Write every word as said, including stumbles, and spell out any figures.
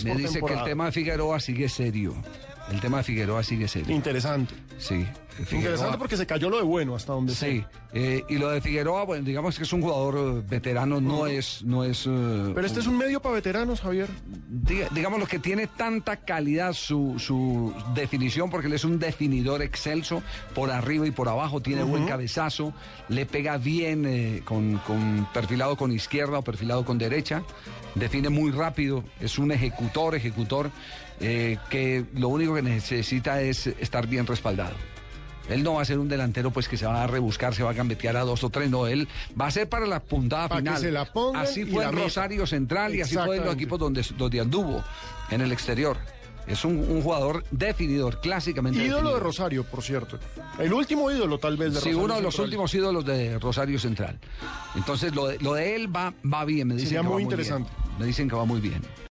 Me por dice temporada. que el tema de Figueroa sigue serio. El tema de Figueroa sigue serio. Interesante. Sí. Figueroa, Interesante porque se cayó lo de Bueno hasta donde sí, eh, y lo de Figueroa, bueno, digamos que es un jugador eh, veterano, no uh-huh. es... no es uh, Pero este un, es un medio para veteranos, Javier. Diga, digamos lo que tiene tanta calidad su, su definición, porque él es un definidor excelso, por arriba y por abajo, tiene uh-huh. buen cabezazo, le pega bien eh, con, con perfilado con izquierda o perfilado con derecha, define muy rápido, es un ejecutor, ejecutor, eh, que lo único que necesita es estar bien respaldado. Él no va a ser un delantero pues que se va a rebuscar, se va a gambetear a dos o tres, no, él va a ser para la puntada para final. Que se la pongan así fue en Rosario Central y así fue en los equipos donde, donde anduvo, en el exterior. Es un, un jugador definidor, clásicamente ídolo definidor. de Rosario, por cierto. El último ídolo tal vez de sí, Rosario uno de los Central. últimos ídolos de Rosario Central. Entonces lo de, lo de él va, va bien, me dicen Sería que muy va interesante. Muy bien. Me dicen que va muy bien.